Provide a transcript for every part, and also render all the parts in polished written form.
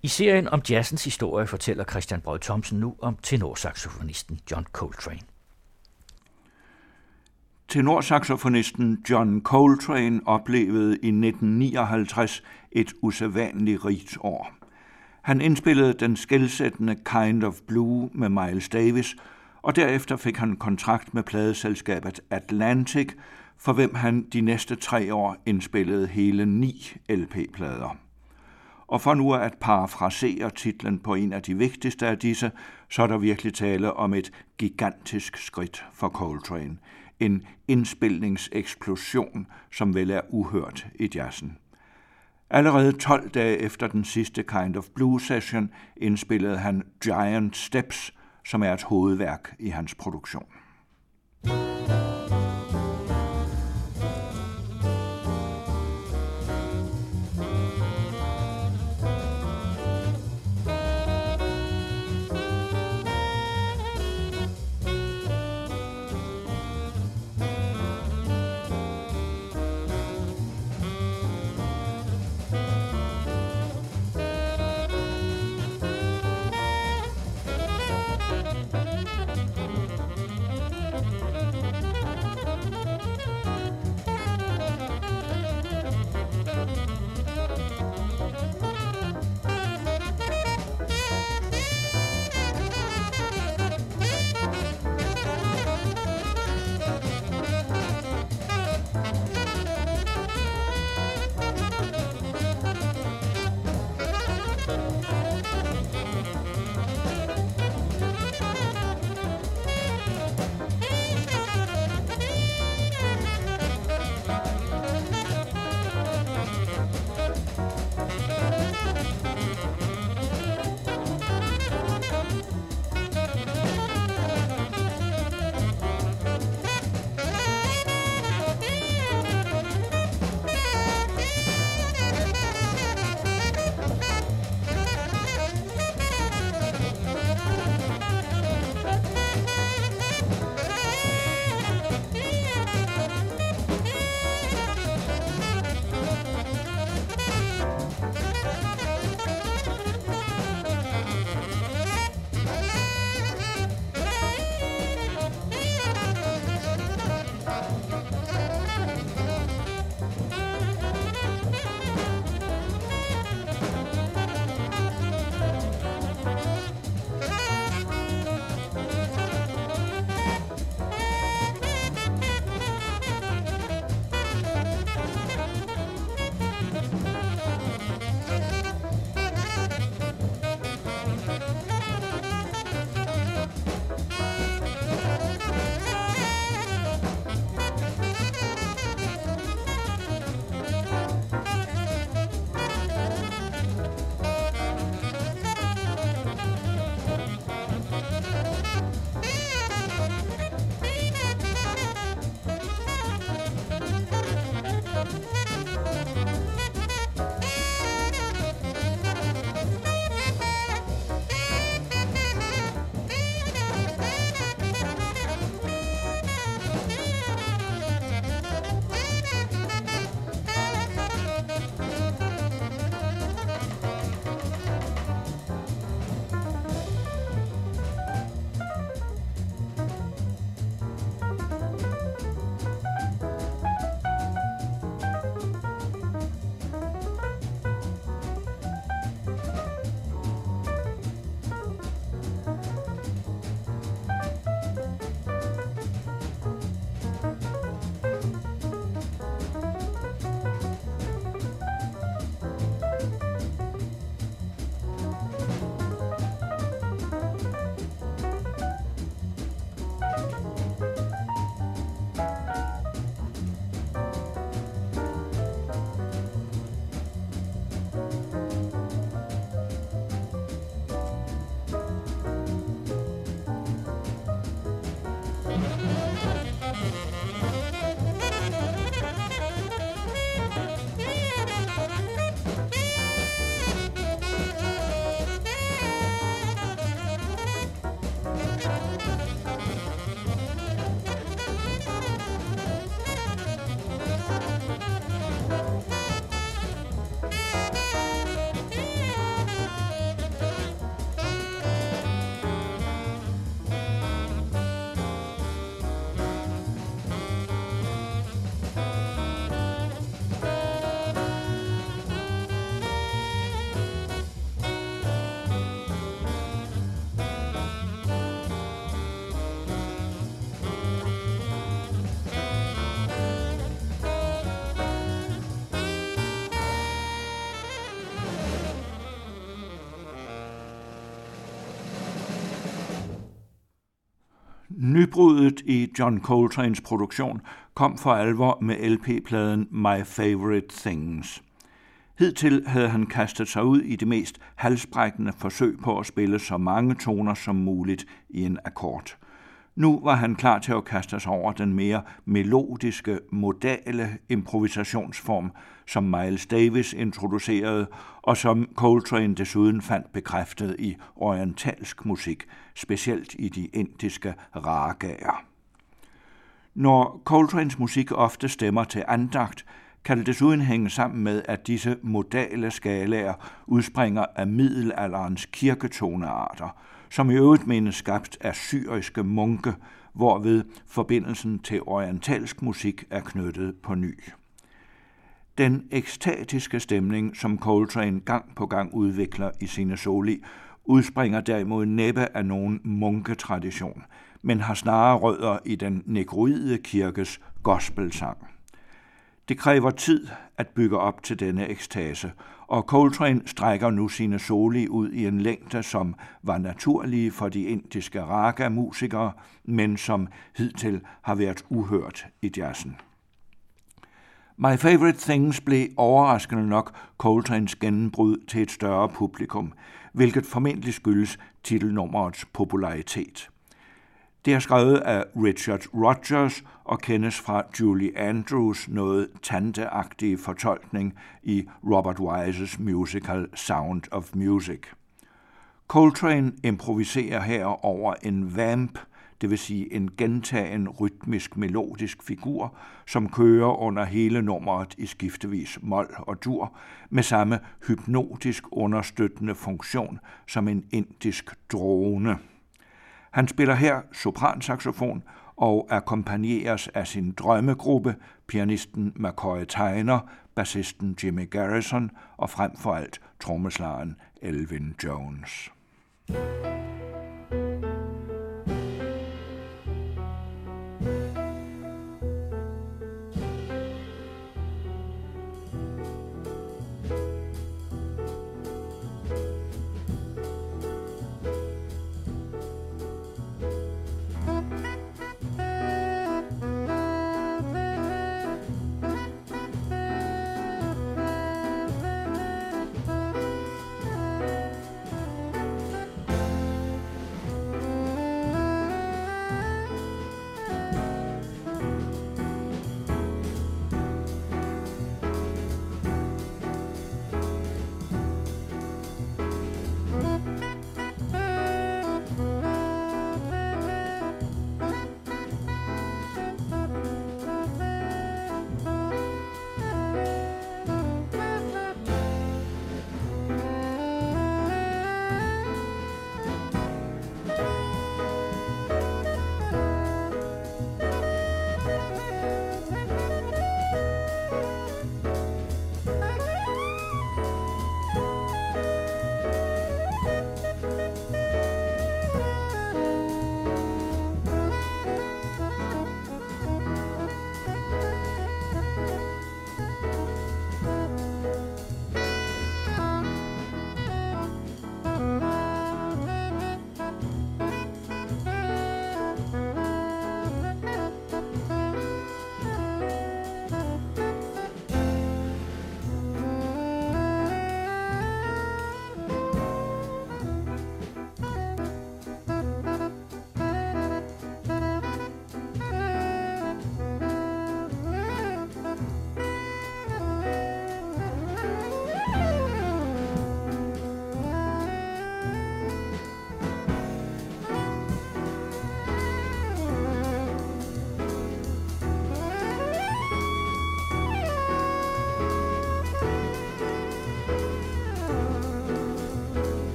I serien om jazzens historie fortæller Christian Braad Thomsen nu om tenorsaxofonisten John Coltrane. Tenorsaxofonisten John Coltrane oplevede i 1959 et usædvanligt rigt år. Han indspillede den skelsættende Kind of Blue med Miles Davis, og derefter fik han kontrakt med pladeselskabet Atlantic, for hvem han de næste 3 år indspillede hele 9 LP-plader. Og for nu at parafrasere titlen på en af de vigtigste af disse, så er der virkelig tale om et gigantisk skridt for Coltrane. En indspilningseksplosion, som vel er uhørt i jazzen. Allerede 12 dage efter den sidste Kind of Blue session indspillede han Giant Steps, som er et hovedværk i hans produktion. Nybruddet i John Coltranes produktion kom for alvor med LP-pladen My Favorite Things. Hidtil havde han kastet sig ud i det mest halsbrækkende forsøg på at spille så mange toner som muligt i en akkord. Nu var han klar til at kaste sig over den mere melodiske, modale improvisationsform, som Miles Davis introducerede, og som Coltrane desuden fandt bekræftet i orientalsk musik, specielt i de indiske ragaer. Når Coltranes musik ofte stemmer til andagt, kan det desuden hænge sammen med, at disse modale skalaer udspringer af middelalderens kirketonearter, som i øvrigt menes skabt af syriske munke, hvorved forbindelsen til orientalsk musik er knyttet på ny. Den ekstatiske stemning, som Coltrane gang på gang udvikler i sine soli, udspringer derimod næppe af nogen munketradition, men har snarere rødder i den negroide kirkes gospelsang. Det kræver tid at bygge op til denne ekstase, og Coltrane strækker nu sine soli ud i en længde, som var naturlige for de indiske raga-musikere, men som hidtil har været uhørt i jazzen. My Favorite Things blev overraskende nok Coltranes gennembrud til et større publikum, hvilket formentlig skyldes titelnummerets popularitet. Det er skrevet af Richard Rodgers og kendes fra Julie Andrews' noget tanteagtige fortolkning i Robert Wise's musical Sound of Music. Coltrane improviserer her over en vamp, det vil sige en gentagen rytmisk melodisk figur, som kører under hele nummeret i skiftevis mol og dur, med samme hypnotisk understøttende funktion som en indisk drone. Han spiller her sopransaxofon og akkompagneres af sin drømmegruppe, pianisten McCoy Tyner, bassisten Jimmy Garrison og frem for alt trommeslageren Elvin Jones.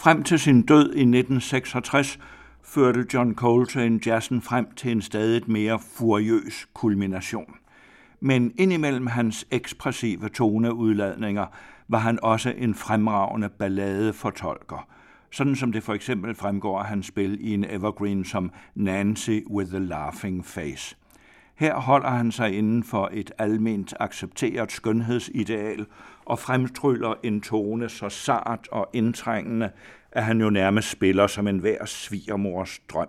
Frem til sin død i 1966 førte John Coltrane jazzen frem til en stadig mere furiøs kulmination. Men indimellem hans ekspressive toneudladninger var han også en fremragende balladefortolker, sådan som det for eksempel fremgår af hans spil i en evergreen som Nancy with the Laughing Face. Her holder han sig inden for et alment accepteret skønhedsideal og fremtryller en tone så sart og indtrængende, at han jo nærmest spiller som enhver svigermors drøm.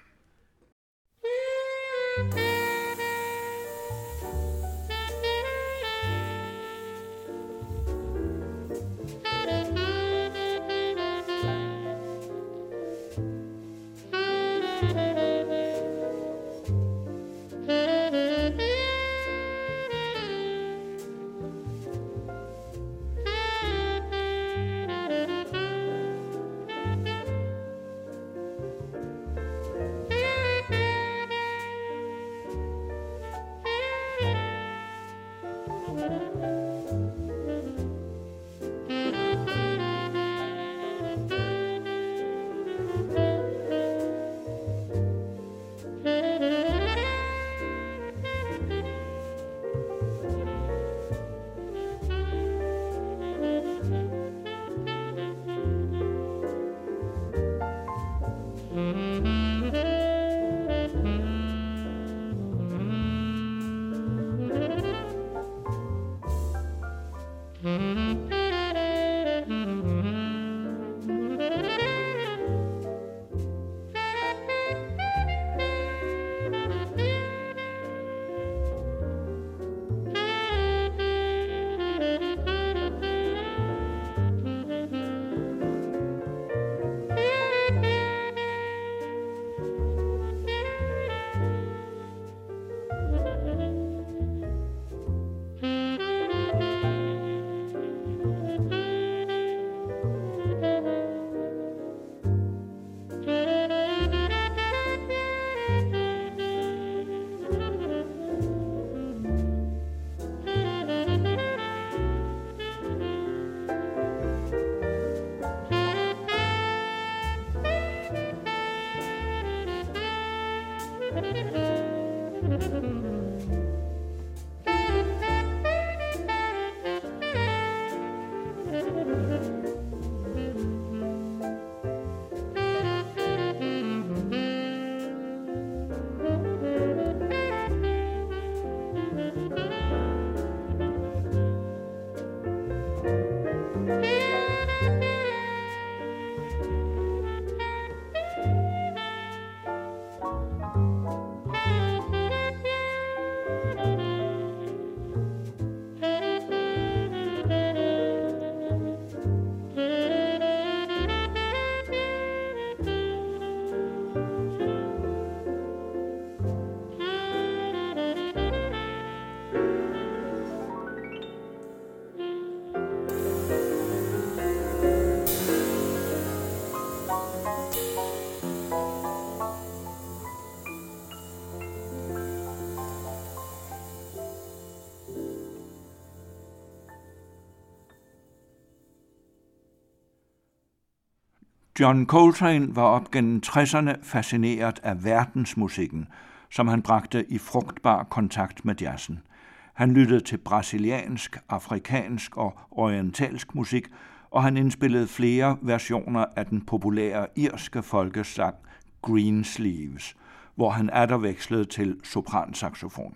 John Coltrane var op gennem 60'erne fascineret af verdensmusikken, som han bragte i frugtbar kontakt med jazzen. Han lyttede til brasiliansk, afrikansk og orientalsk musik, og han indspillede flere versioner af den populære irske folkesang Greensleeves, hvor han atter vekslede til sopransaxofon.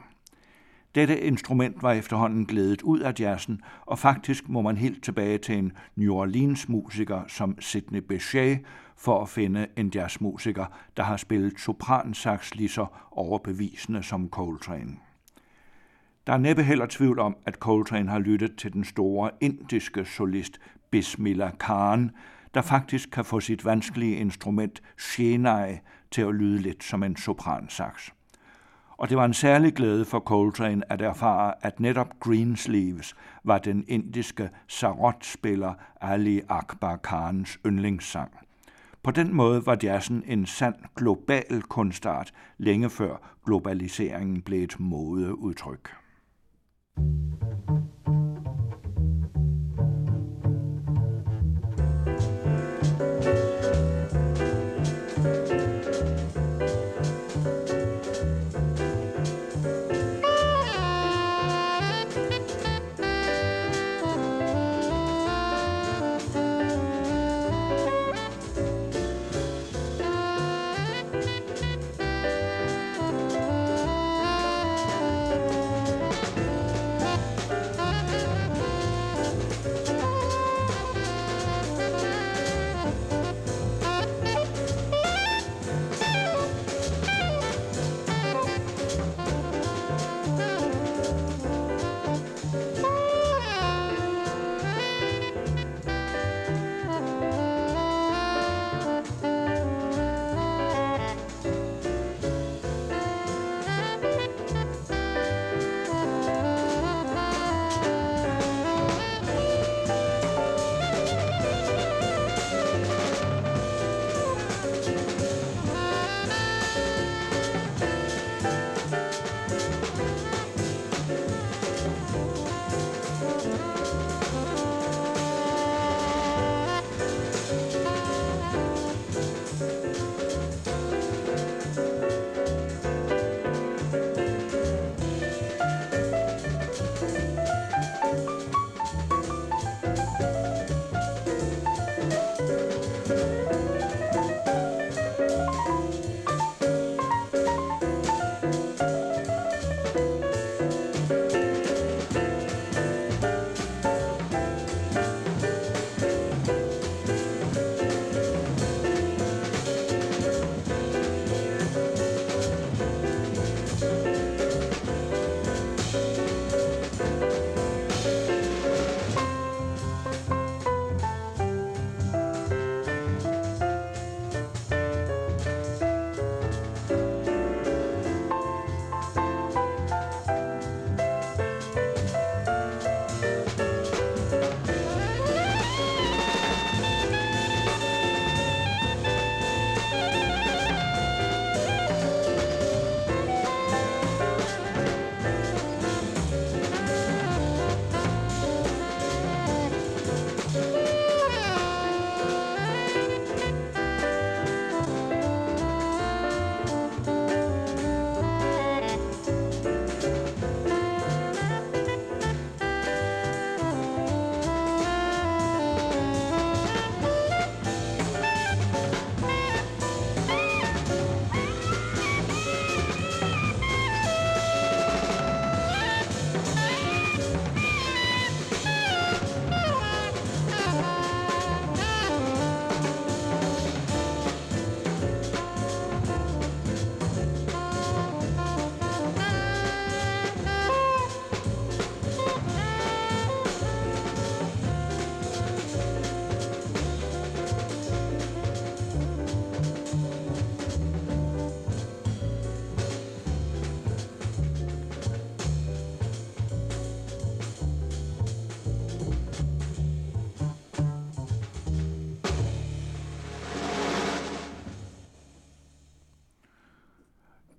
Dette instrument var efterhånden glædet ud af jazzen, og faktisk må man helt tilbage til en New Orleans-musiker som Sidney Bechet for at finde en jazzmusiker, der har spillet sopransax lige så overbevisende som Coltrane. Der er næppe heller tvivl om, at Coltrane har lyttet til den store indiske solist Bismillah Khan, der faktisk kan få sit vanskelige instrument shehnai til at lyde lidt som en sopransax. Og det var en særlig glæde for Coltrane at erfare, at netop Greensleeves var den indiske sarod-spiller Ali Akbar Khans yndlingssang. På den måde var jazzen en sand global kunstart, længe før globaliseringen blev et modeudtryk.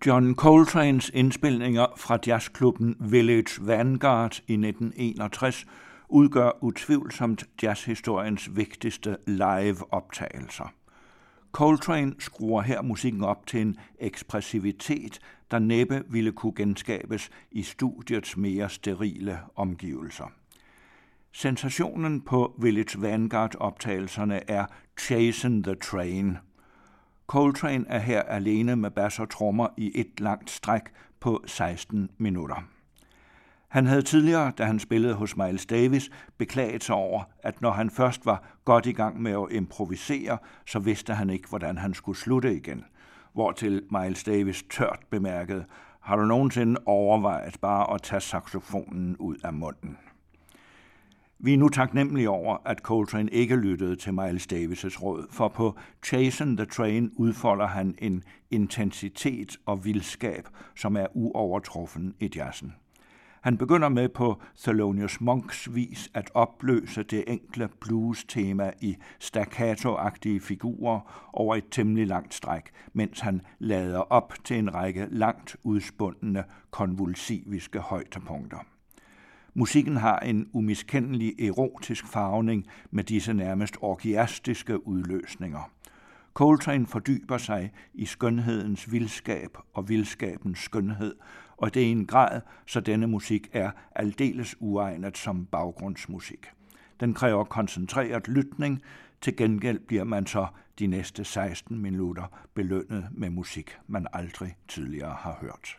John Coltranes indspilninger fra jazzklubben Village Vanguard i 1961 udgør utvivlsomt jazzhistoriens vigtigste live-optagelser. Coltrane skruer her musikken op til en ekspressivitet, der næppe ville kunne genskabes i studiets mere sterile omgivelser. Sensationen på Village Vanguard-optagelserne er Chasing the Train. Coltrane er her alene med bas og trommer i et langt stræk på 16 minutter. Han havde tidligere, da han spillede hos Miles Davis, beklaget sig over, at når han først var godt i gang med at improvisere, så vidste han ikke, hvordan han skulle slutte igen. Hvortil Miles Davis tørt bemærkede: "Har du nogensinde overvejet bare at tage saxofonen ud af munden?" Vi er nu taknemmelige over, at Coltrane ikke lyttede til Miles Davis' råd, for på Chasing the Train udfolder han en intensitet og vildskab, som er uovertruffen i jazzen. Han begynder med på Thelonious Monks vis at opløse det enkle blues-tema i staccato-agtige figurer over et temmelig langt stræk, mens han lader op til en række langt udspundne konvulsiviske højdepunkter. Musikken har en umiskendelig erotisk farvning med disse nærmest orgiastiske udløsninger. Coltrane fordyber sig i skønhedens vildskab og vildskabens skønhed, og det er i en grad, så denne musik er aldeles uegnet som baggrundsmusik. Den kræver koncentreret lytning, til gengæld bliver man så de næste 16 minutter belønnet med musik, man aldrig tidligere har hørt.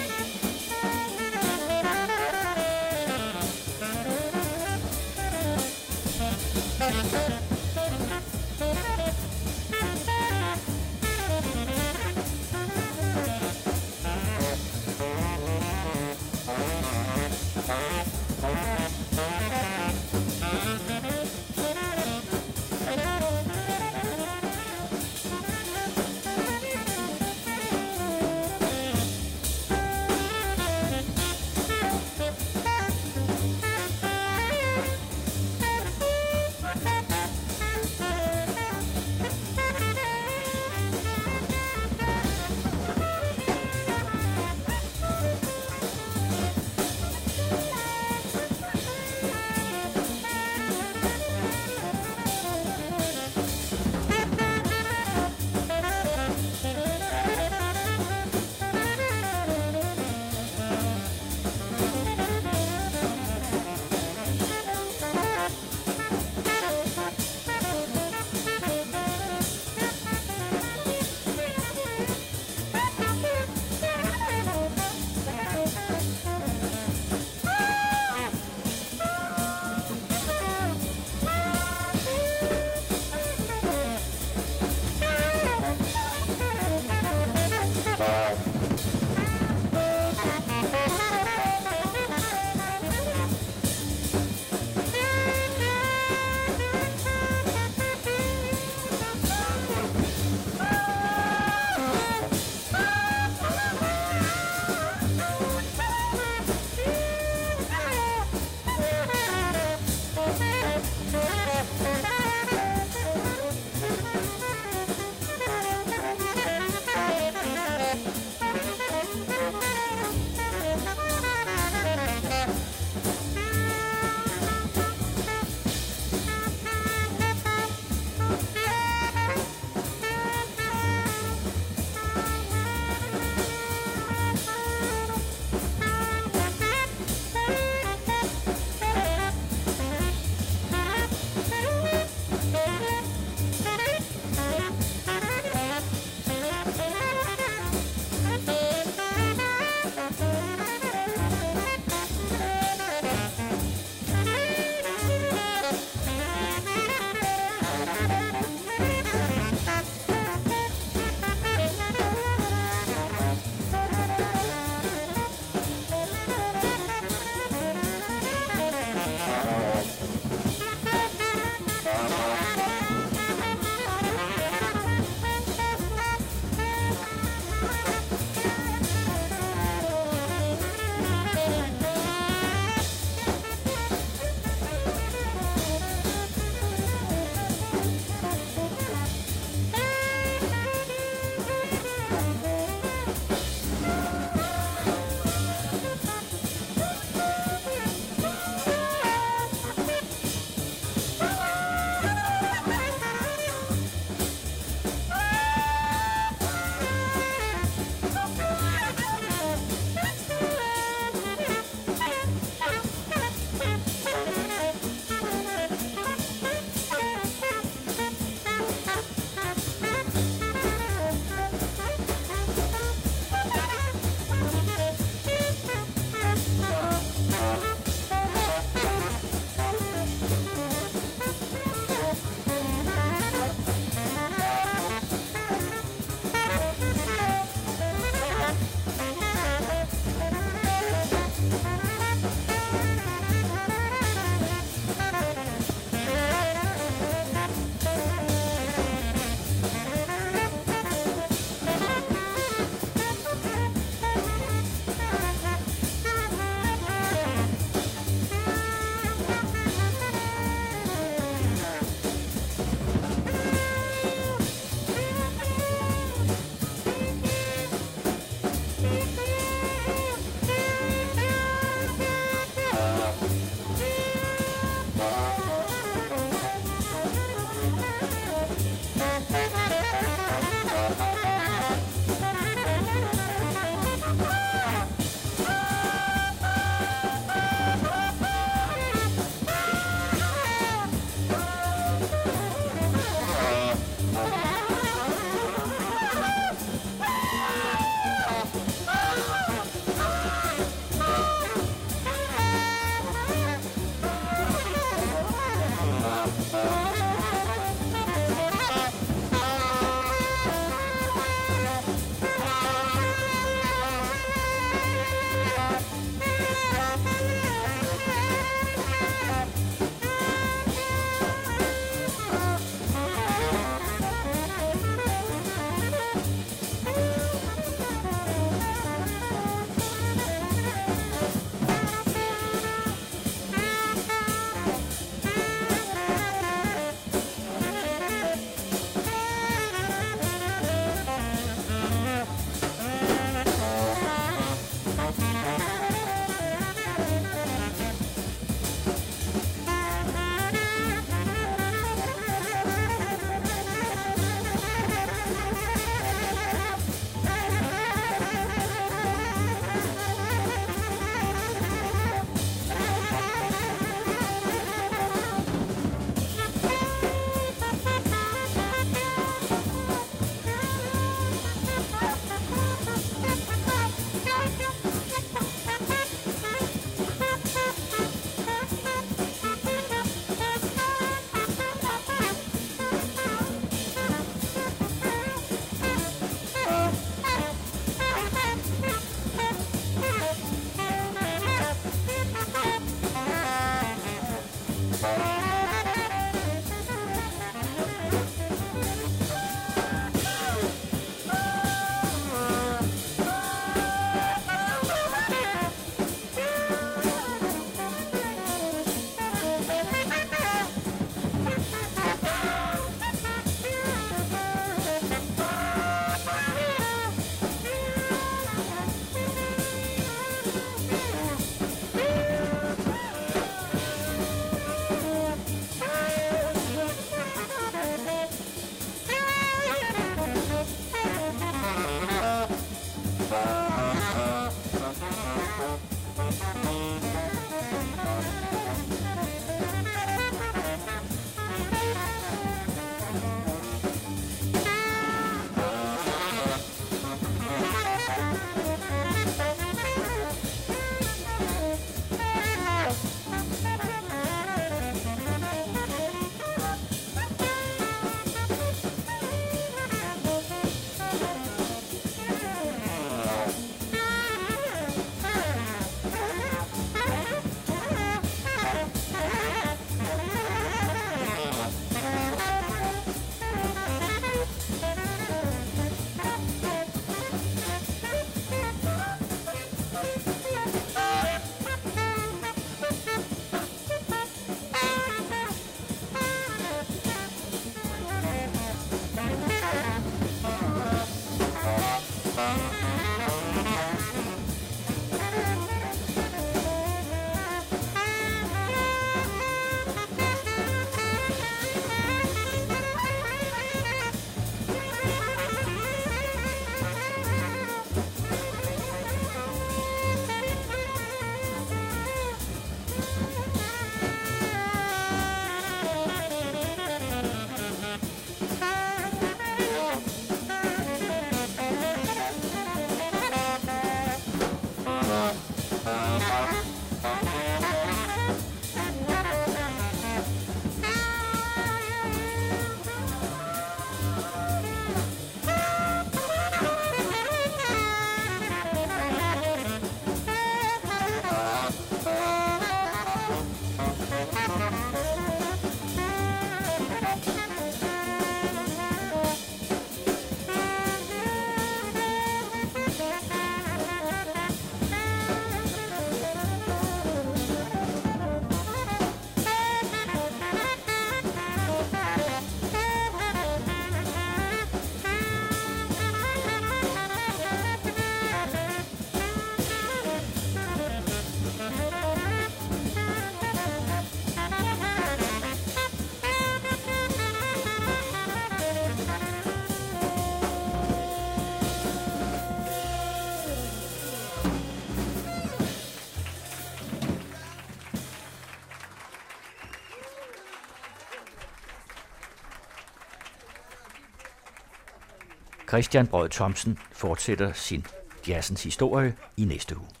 Christian Braad Thomsen fortsætter sin jazzens historie i næste uge.